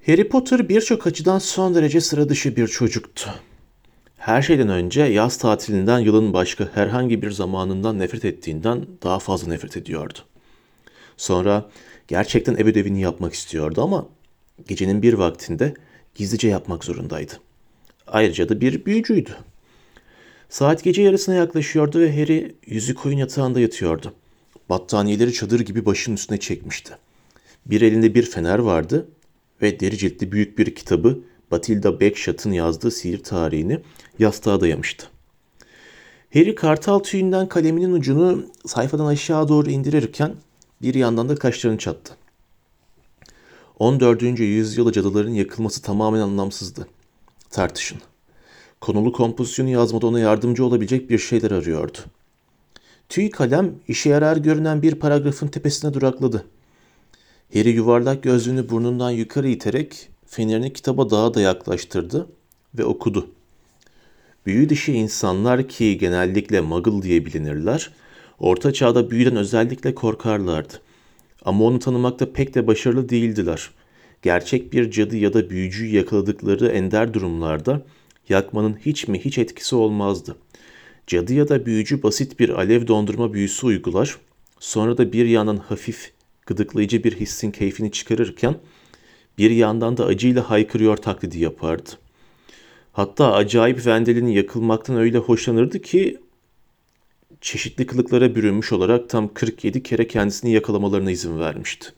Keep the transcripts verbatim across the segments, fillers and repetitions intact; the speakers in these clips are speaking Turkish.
Harry Potter birçok açıdan son derece sıra dışı bir çocuktu. Her şeyden önce yaz tatilinden yılın başka herhangi bir zamanından nefret ettiğinden daha fazla nefret ediyordu. Sonra gerçekten ev ödevini yapmak istiyordu ama gecenin bir vaktinde gizlice yapmak zorundaydı. Ayrıca da bir büyücüydü. Saat gece yarısına yaklaşıyordu ve Harry yüzü koyun yatağında yatıyordu. Battaniyeleri çadır gibi başının üstüne çekmişti. Bir elinde bir fener vardı ve deri ciltli büyük bir kitabı Bathilda Bagshot'ın yazdığı sihir tarihini yastığa dayamıştı. Harry kartal tüyünden kaleminin ucunu sayfadan aşağı doğru indirirken bir yandan da kaşlarını çattı. on dördüncü yüzyılı cadıların yakılması tamamen anlamsızdı. Tartışın. Konulu kompozisyonu yazmada ona yardımcı olabilecek bir şeyler arıyordu. Tüy kalem işe yarar görünen bir paragrafın tepesine durakladı. Harry yuvarlak gözlüğünü burnundan yukarı iterek fenerini kitaba daha da yaklaştırdı ve okudu. Büyü dışı insanlar ki genellikle Muggle diye bilinirler, Orta Çağ'da büyüden özellikle korkarlardı. Ama onu tanımakta pek de başarılı değildiler. Gerçek bir cadı ya da büyücüyü yakaladıkları ender durumlarda yakmanın hiç mi hiç etkisi olmazdı. Cadı ya da büyücü basit bir alev dondurma büyüsü uygular, sonra da bir yandan hafif, gıdıklayıcı bir hissin keyfini çıkarırken bir yandan da acıyla haykırıyor taklidi yapardı. Hatta acayip Vendel'in yakılmaktan öyle hoşlanırdı ki çeşitli kılıklara bürünmüş olarak tam kırk yedi kere kendisini yakalamalarına izin vermişti.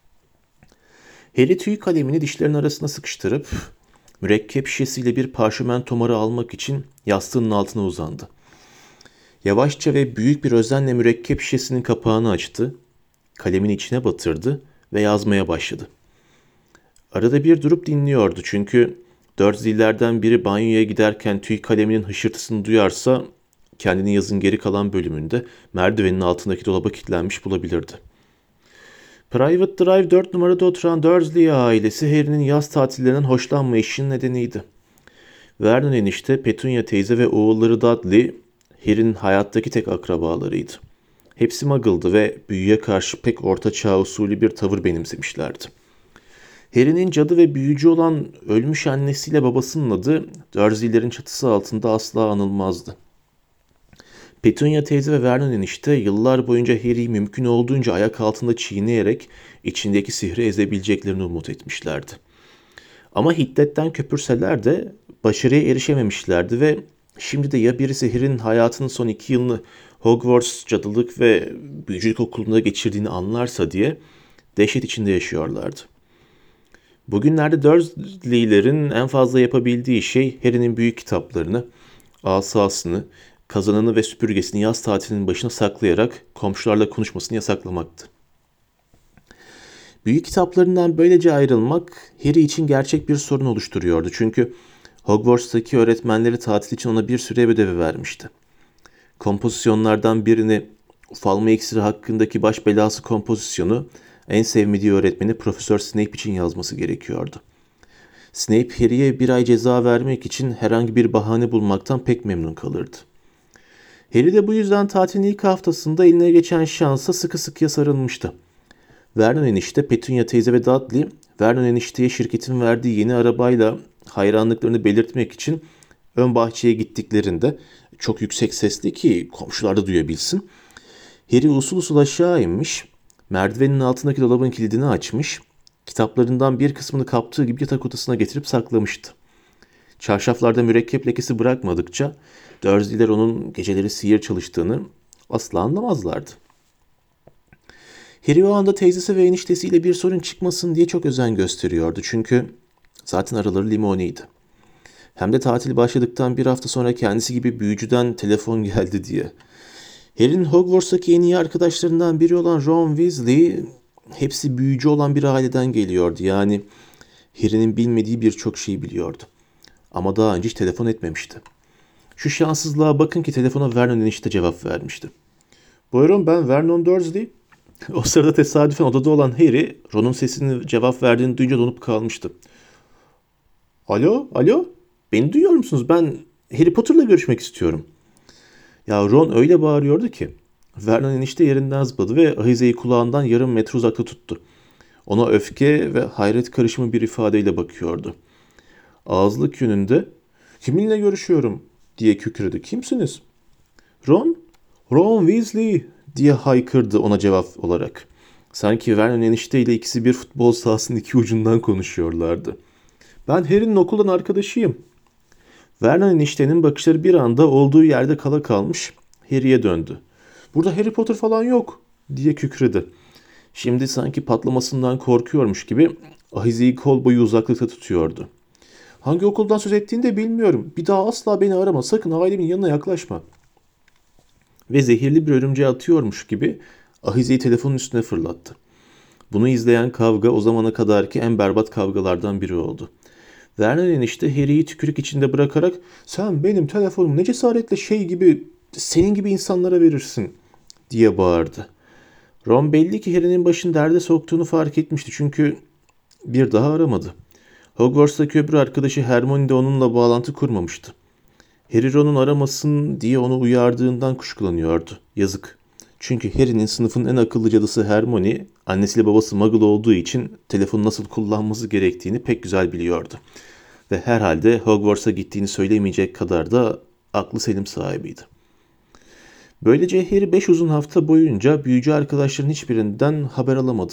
Harry tüy kalemini dişlerinin arasına sıkıştırıp mürekkep şişesiyle bir parşömen tomarı almak için yastığının altına uzandı. Yavaşça ve büyük bir özenle mürekkep şişesinin kapağını açtı, kalemin içine batırdı ve yazmaya başladı. Arada bir durup dinliyordu çünkü Dursley'lerden biri banyoya giderken tüy kaleminin hışırtısını duyarsa kendini yazın geri kalan bölümünde merdivenin altındaki dolaba kilitlenmiş bulabilirdi. Private Drive dört numarada oturan Dursley ailesi Harry'nin yaz tatillerinden hoşlanmayışının nedeniydi. Vernon enişte, Petunia teyze ve oğulları Dudley, Harry'nin hayattaki tek akrabalarıydı. Hepsi Muggle'dı ve büyüye karşı pek orta çağ usulü bir tavır benimsemişlerdi. Harry'nin cadı ve büyücü olan ölmüş annesiyle babasının adı Dursley'lerin çatısı altında asla anılmazdı. Petunia teyze ve Vernon enişte yıllar boyunca Harry'i mümkün olduğunca ayak altında çiğneyerek içindeki sihri ezebileceklerini umut etmişlerdi. Ama hiddetten köpürseler de başarıya erişememişlerdi ve şimdi de ya birisi Harry'nin hayatının son iki yılını Hogwarts cadılık ve büyücülük okulunda geçirdiğini anlarsa diye dehşet içinde yaşıyorlardı. Bugünlerde Dursley'lerin en fazla yapabildiği şey Harry'nin büyük kitaplarını, asasını, kazanını ve süpürgesini yaz tatilinin başına saklayarak komşularla konuşmasını yasaklamaktı. Büyük kitaplarından böylece ayrılmak Harry için gerçek bir sorun oluşturuyordu çünkü Hogwarts'taki öğretmenleri tatil için ona bir süre ödevi vermişti. Kompozisyonlardan birini, ufalma iksiri hakkındaki baş belası kompozisyonu en sevmediği öğretmeni Profesör Snape için yazması gerekiyordu. Snape Harry'e bir ay ceza vermek için herhangi bir bahane bulmaktan pek memnun kalırdı. Harry de bu yüzden tatilin ilk haftasında eline geçen şansa sıkı sıkıya sarılmıştı. Vernon enişte, Petunia teyze ve Dudley, Vernon enişteye şirketin verdiği yeni arabayla hayranlıklarını belirtmek için ön bahçeye gittiklerinde çok yüksek sesli ki komşular da duyabilsin, Harry usul usul aşağı inmiş, merdivenin altındaki dolabın kilidini açmış, kitaplarından bir kısmını kaptığı gibi yatak odasına getirip saklamıştı. Çarşaflarda mürekkep lekesi bırakmadıkça Dursley'ler onun geceleri sihir çalıştığını asla anlamazlardı. Harry o anda teyzesi ve eniştesiyle bir sorun çıkmasın diye çok özen gösteriyordu çünkü zaten araları limoniydi. Hem de tatil başladıktan bir hafta sonra kendisi gibi büyücüden telefon geldi diye. Harry'nin Hogwarts'taki en iyi arkadaşlarından biri olan Ron Weasley, hepsi büyücü olan bir aileden geliyordu. Yani Harry'nin bilmediği birçok şeyi biliyordu. Ama daha önce hiç telefon etmemişti. Şu şanssızlığa bakın ki telefona Vernon enişte cevap vermişti. "Buyurun, ben Vernon Dursley." O sırada tesadüfen odada olan Harry, Ron'un sesini cevap verdiğini duyunca donup kalmıştı. "Alo, alo, beni duyuyor musunuz? Ben Harry Potter'la görüşmek istiyorum." Ya Ron öyle bağırıyordu ki Vernon enişte yerinden zıpladı ve ahizeyi kulağından yarım metre uzakta tuttu. Ona öfke ve hayret karışımı bir ifadeyle bakıyordu. Ağızlık yönünde "Kiminle görüşüyorum?" diye kükredi. "Kimsiniz?" "Ron, Ron Weasley!" diye haykırdı ona cevap olarak. Sanki Vernon enişteyle ikisi bir futbol sahasının iki ucundan konuşuyorlardı. "Ben Harry'nin okuldan arkadaşıyım." Vernon eniştenin bakışları bir anda olduğu yerde kala kalmış, Harry'e döndü. "Burada Harry Potter falan yok!" diye kükredi. Şimdi sanki patlamasından korkuyormuş gibi ahizeyi kol boyu uzaklıkta tutuyordu. "Hangi okuldan söz ettiğini de bilmiyorum. Bir daha asla beni arama. Sakın ailemin yanına yaklaşma." Ve zehirli bir örümceğe atıyormuş gibi ahizeyi telefonun üstüne fırlattı. Bunu izleyen kavga o zamana kadarki en berbat kavgalardan biri oldu. Vernon enişte Harry'i tükürük içinde bırakarak "Sen benim telefonumu ne cesaretle şey gibi, senin gibi insanlara verirsin?" diye bağırdı. Ron belli ki Harry'nin başını derde soktuğunu fark etmişti çünkü bir daha aramadı. Hogwarts'taki öbür arkadaşı Hermione de onunla bağlantı kurmamıştı. Harry Ron'un aramasın diye onu uyardığından kuşkulanıyordu. Yazık. Çünkü Harry'nin sınıfın en akıllı cadısı Hermione, annesiyle babası Muggle olduğu için telefonu nasıl kullanması gerektiğini pek güzel biliyordu. Ve herhalde Hogwarts'a gittiğini söylemeyecek kadar da aklı selim sahibiydi. Böylece Harry beş uzun hafta boyunca büyücü arkadaşların hiçbirinden haber alamadı.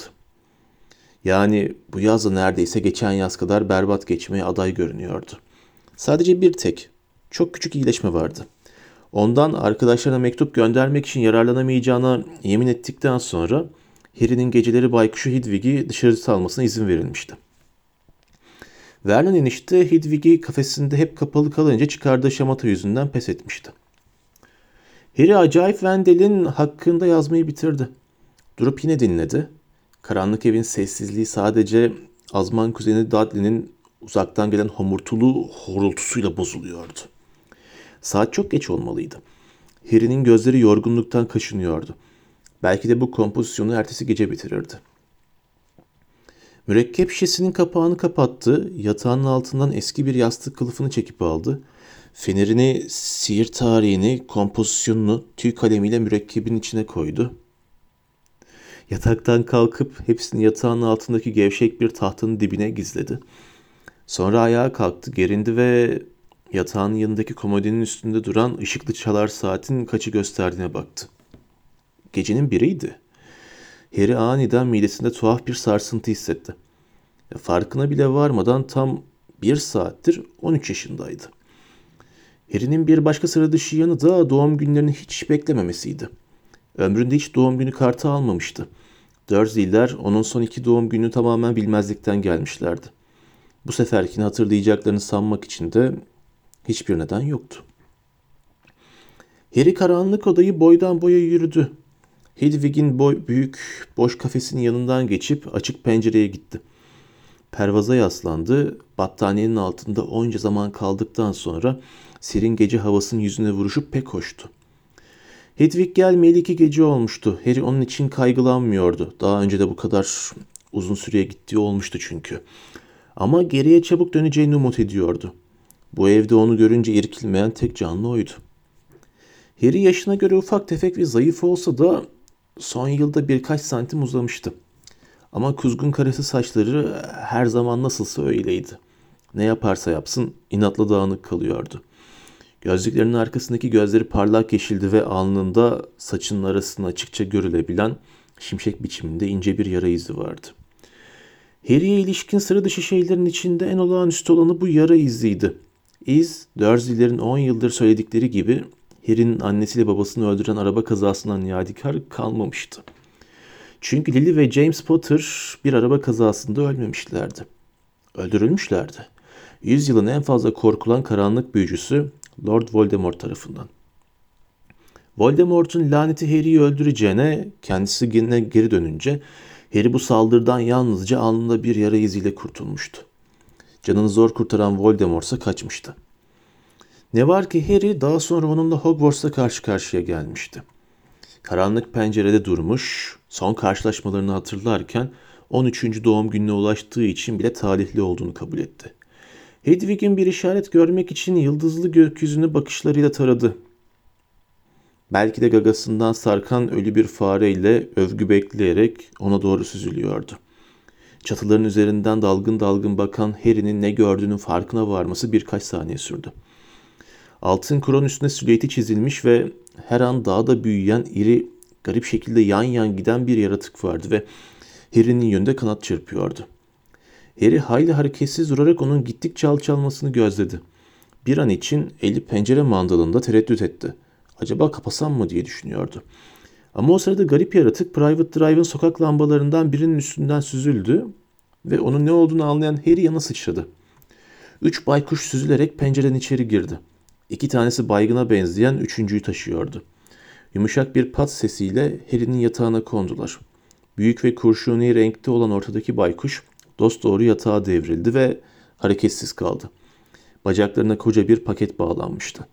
Yani bu yaz da neredeyse geçen yaz kadar berbat geçmeye aday görünüyordu. Sadece bir tek, çok küçük iyileşme vardı. Ondan arkadaşlarına mektup göndermek için yararlanamayacağına yemin ettikten sonra Harry'nin geceleri baykuşu Hedwig'i dışarı salmasına izin verilmişti. Vernon enişte Hedwig'i kafesinde hep kapalı kalınca çıkardığı şamata yüzünden pes etmişti. Harry acayip Wendel'in hakkında yazmayı bitirdi. Durup yine dinledi. Karanlık evin sessizliği sadece azman kuzeni Dudley'nin uzaktan gelen homurtulu horultusuyla bozuluyordu. Saat çok geç olmalıydı. Harry'nin gözleri yorgunluktan kaşınıyordu. Belki de bu kompozisyonu ertesi gece bitirirdi. Mürekkep şişesinin kapağını kapattı, yatağının altından eski bir yastık kılıfını çekip aldı. Fenerini, sihir tarihini, kompozisyonunu tüy kalemiyle mürekkebin içine koydu. Yataktan kalkıp hepsini yatağın altındaki gevşek bir tahtanın dibine gizledi. Sonra ayağa kalktı, gerindi ve yatağın yanındaki komodinin üstünde duran ışıklı çalar saatin kaçı gösterdiğine baktı. Gecenin biriydi. Harry aniden midesinde tuhaf bir sarsıntı hissetti. Farkına bile varmadan tam bir saattir on üç yaşındaydı. Harry'nin bir başka sıra dışı yanı da doğum günlerini hiç beklememesiydi. Ömründe hiç doğum günü kartı almamıştı. Dursley'ler onun son iki doğum gününü tamamen bilmezlikten gelmişlerdi. Bu seferkini hatırlayacaklarını sanmak için de hiçbir neden yoktu. Harry karanlık odayı boydan boya yürüdü. Hedwig'in boy, büyük boş kafesinin yanından geçip açık pencereye gitti. Pervaza yaslandı, battaniyenin altında onca zaman kaldıktan sonra serin gece havasının yüzüne vuruşup pek hoştu. Hedwig gelmeyeli iki gece olmuştu. Harry onun için kaygılanmıyordu. Daha önce de bu kadar uzun süreye gittiği olmuştu çünkü. Ama geriye çabuk döneceğini umut ediyordu. Bu evde onu görünce irkilmeyen tek canlı oydu. Harry yaşına göre ufak tefek ve zayıf olsa da son yılda birkaç santim uzamıştı. Ama kuzgun karası saçları her zaman nasılsa öyleydi. Ne yaparsa yapsın inatla dağınık kalıyordu. Gözlüklerinin arkasındaki gözleri parlak yeşildi ve alnında saçının arasında açıkça görülebilen şimşek biçiminde ince bir yara izi vardı. Harry'e ilişkin sıra dışı şeylerin içinde en olağanüstü olanı bu yara iziydi. İz, Dursley'lerin on yıldır söyledikleri gibi Harry'nin annesiyle babasını öldüren araba kazasından yadigar kalmamıştı. Çünkü Lily ve James Potter bir araba kazasında ölmemişlerdi. Öldürülmüşlerdi. Yüzyılın en fazla korkulan karanlık büyücüsü Lord Voldemort tarafından. Voldemort'un laneti Harry'yi öldüreceğine kendisi yine geri dönünce Harry bu saldırıdan yalnızca alnında bir yara iziyle kurtulmuştu. Canını zor kurtaran Voldemort ise kaçmıştı. Ne var ki Harry daha sonra onunla Hogwarts'ta karşı karşıya gelmişti. Karanlık pencerede durmuş, son karşılaşmalarını hatırlarken on üçüncü doğum gününe ulaştığı için bile talihli olduğunu kabul etti. Hedwig'in bir işaret görmek için yıldızlı gökyüzünü bakışlarıyla taradı. Belki de gagasından sarkan ölü bir fareyle övgü bekleyerek ona doğru süzülüyordu. Çatıların üzerinden dalgın dalgın bakan Harry'nin ne gördüğünün farkına varması birkaç saniye sürdü. Altın kron üstüne silüeti çizilmiş ve her an daha da büyüyen, iri, garip şekilde yan yan giden bir yaratık vardı ve Harry'nin yönünde kanat çırpıyordu. Harry hayli hareketsiz durarak onun gittikçe alçalmasını gözledi. Bir an için eli pencere mandalında tereddüt etti. Acaba kapasam mı diye düşünüyordu. Ama o sırada garip yaratık Private Drive'ın sokak lambalarından birinin üstünden süzüldü ve onun ne olduğunu anlayan Harry yana sıçradı. Üç baykuş süzülerek pencereden içeri girdi. İki tanesi baygına benzeyen üçüncüyü taşıyordu. Yumuşak bir pat sesiyle Harry'nin yatağına kondular. Büyük ve kurşuni renkte olan ortadaki baykuş dosdoğru yatağa devrildi ve hareketsiz kaldı. Bacaklarına koca bir paket bağlanmıştı.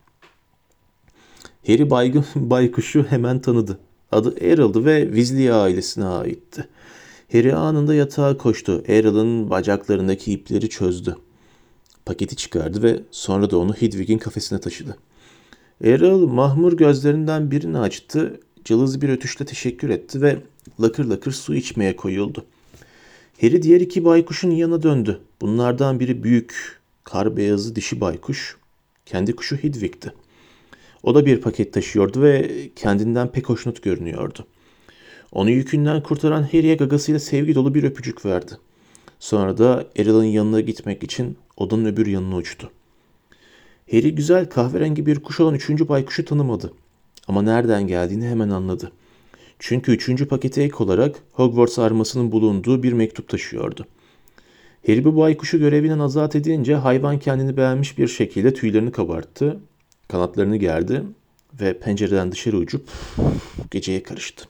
Harry baygın baykuşu hemen tanıdı. Adı Errol'du ve Weasley ailesine aitti. Harry anında yatağa koştu. Errol'ın bacaklarındaki ipleri çözdü. Paketi çıkardı ve sonra da onu Hedwig'in kafesine taşıdı. Errol mahmur gözlerinden birini açtı, cılız bir ötüşle teşekkür etti ve lakır lakır su içmeye koyuldu. Harry diğer iki baykuşun yanına döndü. Bunlardan biri büyük, kar beyazı dişi baykuş, kendi kuşu Hedwig'ti. O da bir paket taşıyordu ve kendinden pek hoşnut görünüyordu. Onu yükünden kurtaran Harry'e gagasıyla sevgi dolu bir öpücük verdi. Sonra da Errol'ın yanına gitmek için odanın öbür yanına uçtu. Harry güzel kahverengi bir kuş olan üçüncü baykuşu tanımadı. Ama nereden geldiğini hemen anladı. Çünkü üçüncü pakete ek olarak Hogwarts armasının bulunduğu bir mektup taşıyordu. Harry bu baykuşu görevinden azat edince hayvan kendini beğenmiş bir şekilde tüylerini kabarttı, kanatlarını gerdi ve pencereden dışarı uçup geceye karıştı.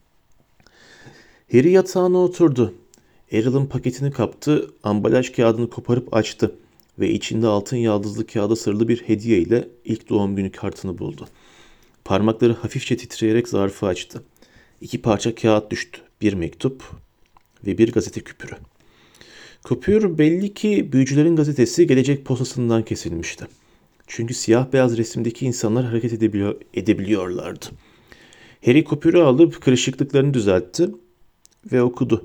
Harry yatağına oturdu. Errol'ın paketini kaptı, ambalaj kağıdını koparıp açtı ve içinde altın yaldızlı kağıda sarılı bir hediye ile ilk doğum günü kartını buldu. Parmakları hafifçe titreyerek zarfı açtı. İki parça kağıt düştü. Bir mektup ve bir gazete küpürü. Küpür belli ki Büyücülerin Gazetesi Gelecek Postası'ndan kesilmişti. Çünkü siyah beyaz resimdeki insanlar hareket edebiliyor, edebiliyorlardı. Harry küpürü alıp kırışıklıklarını düzeltti ve okudu.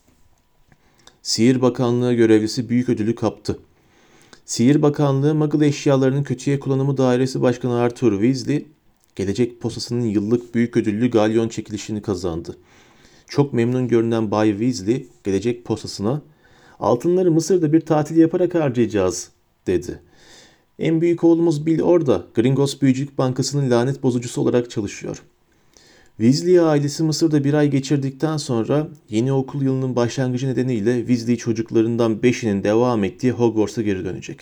Sihir Bakanlığı görevlisi büyük ödülü kaptı. Sihir Bakanlığı Muggle eşyalarının kötüye kullanımı dairesi başkanı Arthur Weasley, Gelecek Postası'nın yıllık büyük ödüllü galyon çekilişini kazandı. Çok memnun görünen Bay Weasley, Gelecek Postası'na "Altınları Mısır'da bir tatil yaparak harcayacağız," dedi. "En büyük oğlumuz Bill orada, Gringotts Büyücülük Bankası'nın lanet bozucusu olarak çalışıyor." Weasley ailesi Mısır'da bir ay geçirdikten sonra yeni okul yılının başlangıcı nedeniyle Weasley çocuklarından beşinin devam ettiği Hogwarts'a geri dönecek.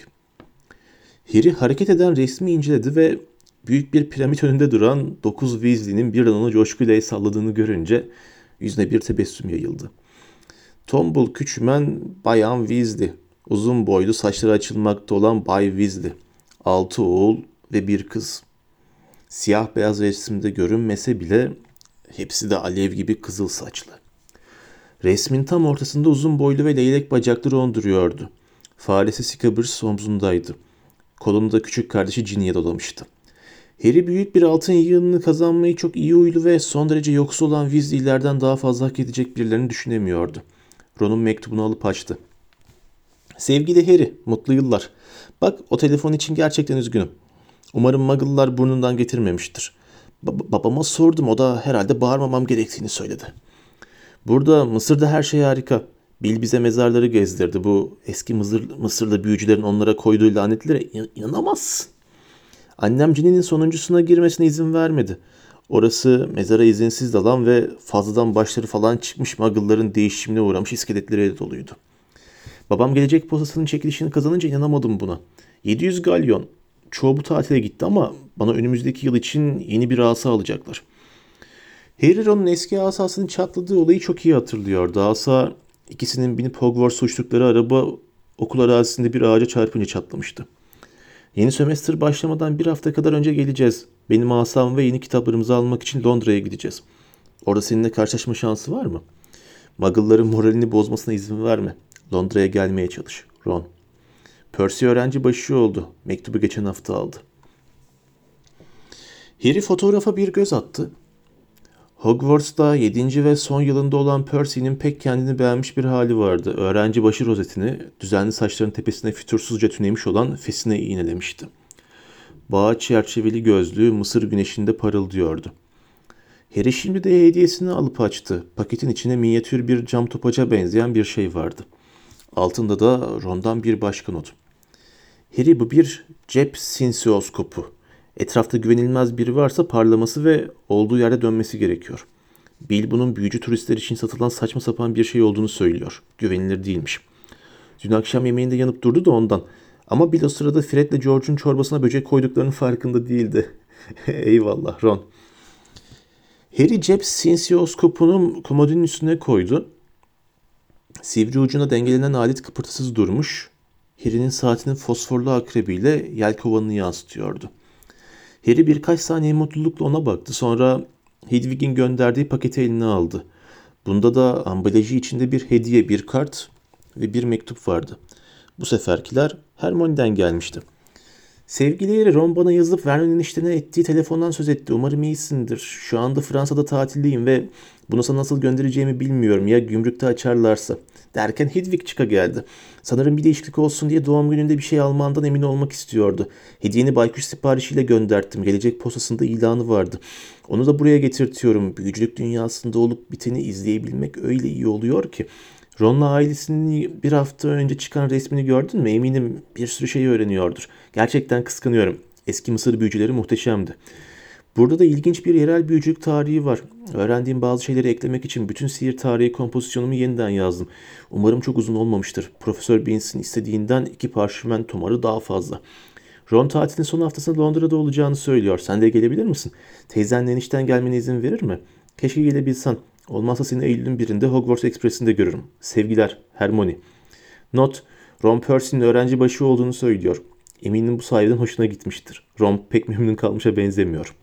Harry hareket eden resmi inceledi ve büyük bir piramit önünde duran dokuz Weasley'nin birden onu coşkuyla el salladığını görünce yüzüne bir tebessüm yayıldı. Tombul küçümen Bayan Weasley, uzun boylu saçları açılmakta olan Bay Weasley, altı oğul ve bir kız. Siyah beyaz resimde görünmese bile hepsi de alev gibi kızıl saçlı. Resmin tam ortasında uzun boylu ve leylek bacaklı Ron duruyordu. Faresi Scabbers omzundaydı. Kolunda küçük kardeşi Ginny'ye dolamıştı. Harry büyük bir altın yığınını kazanmayı çok iyi huylu ve son derece yoksul olan Weasley'lerden daha fazla hak edecek birilerini düşünemiyordu. Ron'un mektubunu alıp açtı. "Sevgili Harry, mutlu yıllar. Bak, o telefon için gerçekten üzgünüm. Umarım Muggle'lar burnundan getirmemiştir. Ba- babama sordum, o da herhalde bağırmamam gerektiğini söyledi. Burada Mısır'da her şey harika. Bill bize mezarları gezdirdi. Bu eski Mısır, Mısırlı büyücülerin onlara koyduğu lanetlere in- inanamazsın. Annem Ginny'nin sonuncusuna girmesine izin vermedi. Orası mezara izinsiz dalan ve fazladan başları falan çıkmış Muggle'ların değişimine uğramış iskeletleriyle doluydu. Babam Gelecek Postası'nın çekilişini kazanınca inanamadım buna. yedi yüz galyon. Çoğu bu tatile gitti ama bana önümüzdeki yıl için yeni bir asa alacaklar." Harry Ron'un eski asasının çatladığı olayı çok iyi hatırlıyordu. Asa ikisinin binip Hogwarts uçtukları araba okul arazisinde bir ağaca çarpınca çatlamıştı. "Yeni sömestr başlamadan bir hafta kadar önce geleceğiz. Benim asam ve yeni kitaplarımızı almak için Londra'ya gideceğiz. Orada seninle karşılaşma şansı var mı? Muggle'ların moralini bozmasına izin verme. Londra'ya gelmeye çalış, Ron." Percy öğrenci başı oldu. Mektubu geçen hafta aldı. Harry fotoğrafa bir göz attı. Hogwarts'ta yedinci ve son yılında olan Percy'nin pek kendini beğenmiş bir hali vardı. Öğrenci başı rozetini, düzenli saçların tepesine fütursuzca tünemiş olan fesine iğnelemişti. Bağ çerçeveli gözlüğü mısır güneşinde parıldıyordu. Harry şimdi de hediyesini alıp açtı. Paketin içine minyatür bir cam topaca benzeyen bir şey vardı. Altında da Ron'dan bir başka not. Harry, bu bir cep sinsiyoskopu. Etrafta güvenilmez biri varsa parlaması ve olduğu yerde dönmesi gerekiyor. Bill bunun büyücü turistler için satılan saçma sapan bir şey olduğunu söylüyor. Güvenilir değilmiş. Dün akşam yemeğinde yanıp durdu da ondan. Ama Bill o sırada Fred'le George'un çorbasına böcek koyduklarının farkında değildi. Eyvallah Ron. Harry cep sinsiyoskopunu komodinin üstüne koydu. Sivri ucuna dengelenen alet kıpırtısız durmuş. Harry'nin saatinin fosforlu akrebiyle yelkovanını yansıtıyordu. Harry birkaç saniye mutlulukla ona baktı. Sonra Hedwig'in gönderdiği paketi eline aldı. Bunda da ambalajı içinde bir hediye, bir kart ve bir mektup vardı. Bu seferkiler Hermione'den gelmişti. Sevgili Harry, Ron bana yazıp Vernon'un eniştene ettiği telefondan söz etti. Umarım iyisindir. Şu anda Fransa'da tatildeyim ve bunu sana nasıl göndereceğimi bilmiyorum. Ya gümrükte açarlarsa. Derken Hedwig çıka geldi. Sanırım bir değişiklik olsun diye doğum gününde bir şey almandan emin olmak istiyordu. Hediyeni baykuş siparişiyle gönderttim. Gelecek postasında ilanı vardı. Onu da buraya getirtiyorum. Büyücülük dünyasında olup biteni izleyebilmek öyle iyi oluyor ki. Ron'la ailesinin bir hafta önce çıkan resmini gördün mü? Eminim bir sürü şey öğreniyordur. Gerçekten kıskanıyorum. Eski Mısır büyücüleri muhteşemdi. Burada da ilginç bir yerel büyücülük tarihi var. Öğrendiğim bazı şeyleri eklemek için bütün sihir tarihi kompozisyonumu yeniden yazdım. Umarım çok uzun olmamıştır. Profesör Binks'in istediğinden iki parşömen tomarı daha fazla. Ron tatilin son haftasında Londra'da olacağını söylüyor. Sen de gelebilir misin? Teyzenle enişten gelmene izin verir mi? Keşke gelebilsen. Olmazsa seni Eylül'ün birinde Hogwarts Express'inde görürüm. Sevgiler, Hermione. Not: Ron Percy'nin öğrenci başı olduğunu söylüyor. Eminim bu sahiden hoşuna gitmiştir. Ron pek memnun kalmışa benzemiyor.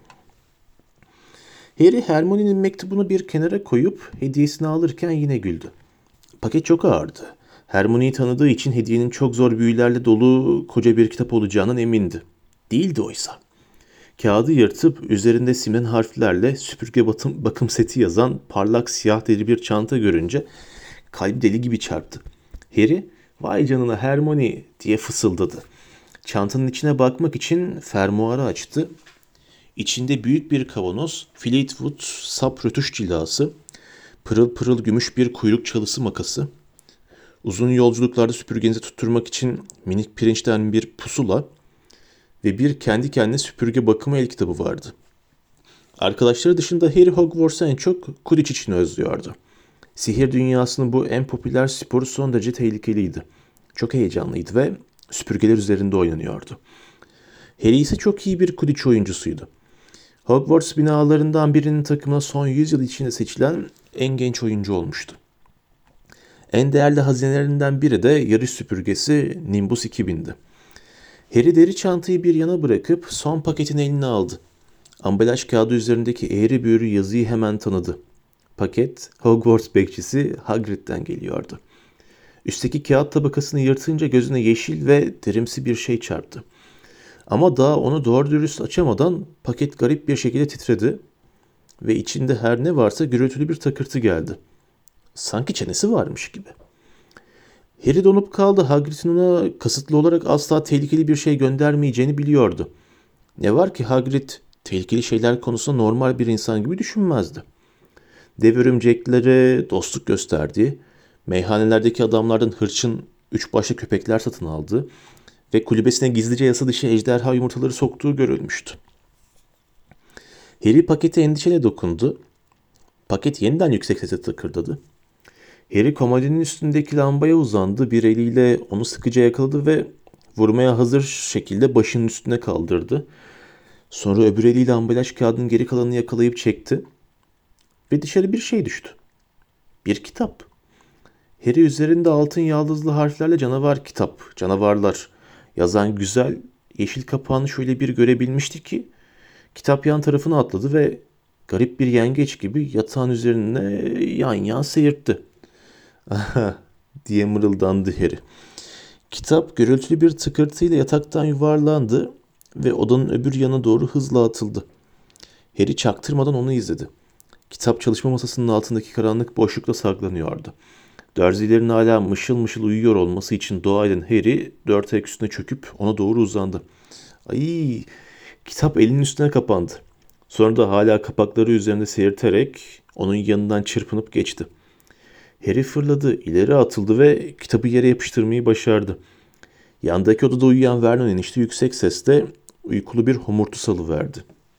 Harry, Hermione'nin mektubunu bir kenara koyup hediyesini alırken yine güldü. Paket çok ağırdı. Hermione'yi tanıdığı için hediyenin çok zor büyülerle dolu koca bir kitap olacağından emindi. Değildi oysa. Kağıdı yırtıp üzerinde simlen harflerle süpürge bakım, bakım seti yazan parlak siyah deri bir çanta görünce kalbi deli gibi çarptı. Harry, "Vay canına Hermione" diye fısıldadı. Çantanın içine bakmak için fermuarı açtı. İçinde büyük bir kavanoz, Fleetwood sap rötuş cilası, pırıl pırıl gümüş bir kuyruk çalısı makası, uzun yolculuklarda süpürgenizi tutturmak için minik pirinçten bir pusula ve bir kendi kendine süpürge bakımı el kitabı vardı. Arkadaşları dışında Harry Hogwarts'ı en çok Quidditch için özlüyordu. Sihir dünyasının bu en popüler sporu son derece tehlikeliydi. Çok heyecanlıydı ve süpürgeler üzerinde oynanıyordu. Harry ise çok iyi bir Quidditch oyuncusuydu. Hogwarts binalarından birinin takımına son yüz yıl içinde seçilen en genç oyuncu olmuştu. En değerli hazinelerinden biri de yarış süpürgesi Nimbus iki bindi. Harry deri çantayı bir yana bırakıp son paketin eline aldı. Ambalaj kağıdı üzerindeki eğri büğrü yazıyı hemen tanıdı. Paket, Hogwarts bekçisi Hagrid'den geliyordu. Üstteki kağıt tabakasını yırtınca gözüne yeşil ve derimsi bir şey çarptı. Ama daha onu doğru dürüst açamadan paket garip bir şekilde titredi ve içinde her ne varsa gürültülü bir takırtı geldi. Sanki çenesi varmış gibi. Harry donup kaldı. Hagrid'in ona kasıtlı olarak asla tehlikeli bir şey göndermeyeceğini biliyordu. Ne var ki Hagrid tehlikeli şeyler konusunda normal bir insan gibi düşünmezdi. Dev örümceklere dostluk gösterdiği, meyhanelerdeki adamlardan hırçın üç başlı köpekler satın aldı ve kulübesine gizlice yasa dışı ejderha yumurtaları soktuğu görülmüştü. Harry pakete endişeyle dokundu. Paket yeniden yüksek sesle tıkırdadı. Harry komodinin üstündeki lambaya uzandı, bir eliyle onu sıkıca yakaladı ve vurmaya hazır şekilde başının üstüne kaldırdı. Sonra öbür eliyle ambalaj kağıdının geri kalanını yakalayıp çekti ve dışarı bir şey düştü. Bir kitap. Harry üzerinde altın yaldızlı harflerle canavar kitap, canavarlar yazan güzel yeşil kapağını şöyle bir görebilmişti ki kitap yan tarafına atladı ve garip bir yengeç gibi yatağın üzerine yan yan seyirtti. "Aha" diye mırıldandı Harry. Kitap gürültülü bir tıkırtıyla yataktan yuvarlandı ve odanın öbür yana doğru hızla atıldı. Harry çaktırmadan onu izledi. Kitap çalışma masasının altındaki karanlık boşlukta saklanıyordu. Dursley'lerin hala mışıl mışıl uyuyor olması için dua eden Harry dört ayak üstüne çöküp ona doğru uzandı. Ay, kitap elinin üstüne kapandı. Sonra da hala kapakları üzerinde seyirterek onun yanından çırpınıp geçti. Harry fırladı, ileri atıldı ve kitabı yere yapıştırmayı başardı. Yandaki odada uyuyan Vernon enişte yüksek sesle uykulu bir homurtu salıverdi.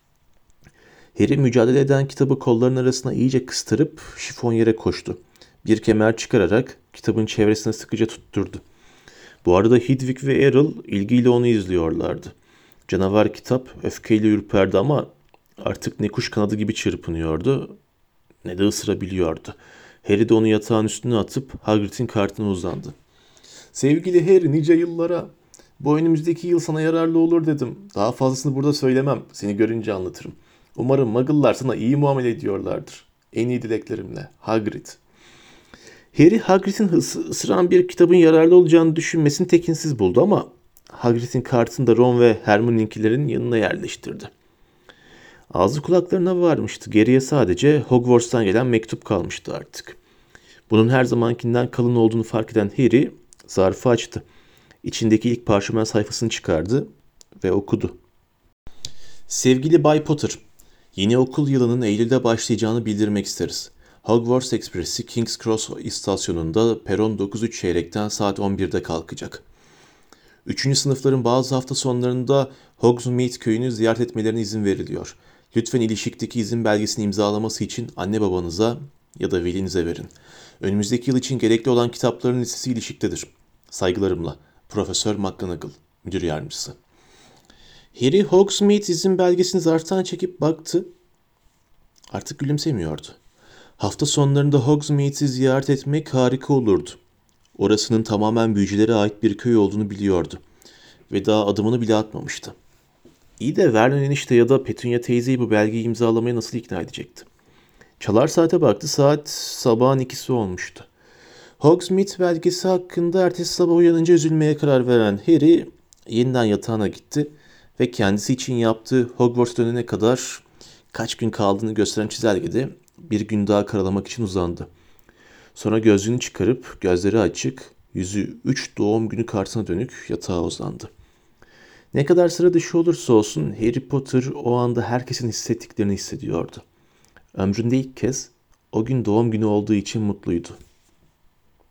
Harry mücadele eden kitabı kollarının arasına iyice kıstırıp şifonyere koştu. Bir kemer çıkararak kitabın çevresine sıkıca tutturdu. Bu arada Hedwig ve Errol ilgiyle onu izliyorlardı. Canavar kitap öfkeyle ürperdi ama artık ne kuş kanadı gibi çırpınıyordu ne de ısırabiliyordu. Harry de onu yatağın üstüne atıp Hagrid'in kartına uzandı. Sevgili Harry, nice yıllara. Bu önümüzdeki yıl sana yararlı olur dedim. Daha fazlasını burada söylemem. Seni görünce anlatırım. Umarım Muggle'lar sana iyi muamele ediyorlardır. En iyi dileklerimle. Hagrid. Harry, Hagrid'in ısıran bir kitabın yararlı olacağını düşünmesini tekinsiz buldu ama Hagrid'in kartını da Ron ve Hermione'ninkilerin yanına yerleştirdi. Ağzı kulaklarına varmıştı. Geriye sadece Hogwarts'tan gelen mektup kalmıştı artık. Bunun her zamankinden kalın olduğunu fark eden Harry zarfı açtı. İçindeki ilk parşömen sayfasını çıkardı ve okudu. Sevgili Bay Potter, yeni okul yılının Eylül'de başlayacağını bildirmek isteriz. Hogwarts Ekspresi King's Cross istasyonunda peron dokuz üç çeyrekten saat on birde kalkacak. Üçüncü sınıfların bazı hafta sonlarında Hogsmeade köyünü ziyaret etmelerine izin veriliyor. Lütfen ilişikteki izin belgesini imzalaması için anne babanıza ya da velinize verin. Önümüzdeki yıl için gerekli olan kitapların listesi ilişiktedir. Saygılarımla, Profesör McGonagall, Müdür Yardımcısı. Harry Hogsmeade izin belgesini zarftan çekip baktı. Artık gülümsemiyordu. Hafta sonlarında Hogsmeade'i ziyaret etmek harika olurdu. Orasının tamamen büyücülere ait bir köy olduğunu biliyordu. Ve daha adımını bile atmamıştı. İyi de Vernon enişte ya da Petunia teyzeyi bu belgeyi imzalamaya nasıl ikna edecekti? Çalar saate baktı, saat sabahın ikisi olmuştu. Hogsmeade belgesi hakkında ertesi sabah uyanınca üzülmeye karar veren Harry yeniden yatağına gitti ve kendisi için yaptığı Hogwarts dönene kadar kaç gün kaldığını gösteren çizelgede bir gün daha karalamak için uzandı. Sonra gözlüğünü çıkarıp gözleri açık, yüzü üç doğum günü kartına dönük yatağa uzandı. Ne kadar sıra dışı olursa olsun Harry Potter o anda herkesin hissettiklerini hissediyordu. Ömründe ilk kez o gün doğum günü olduğu için mutluydu.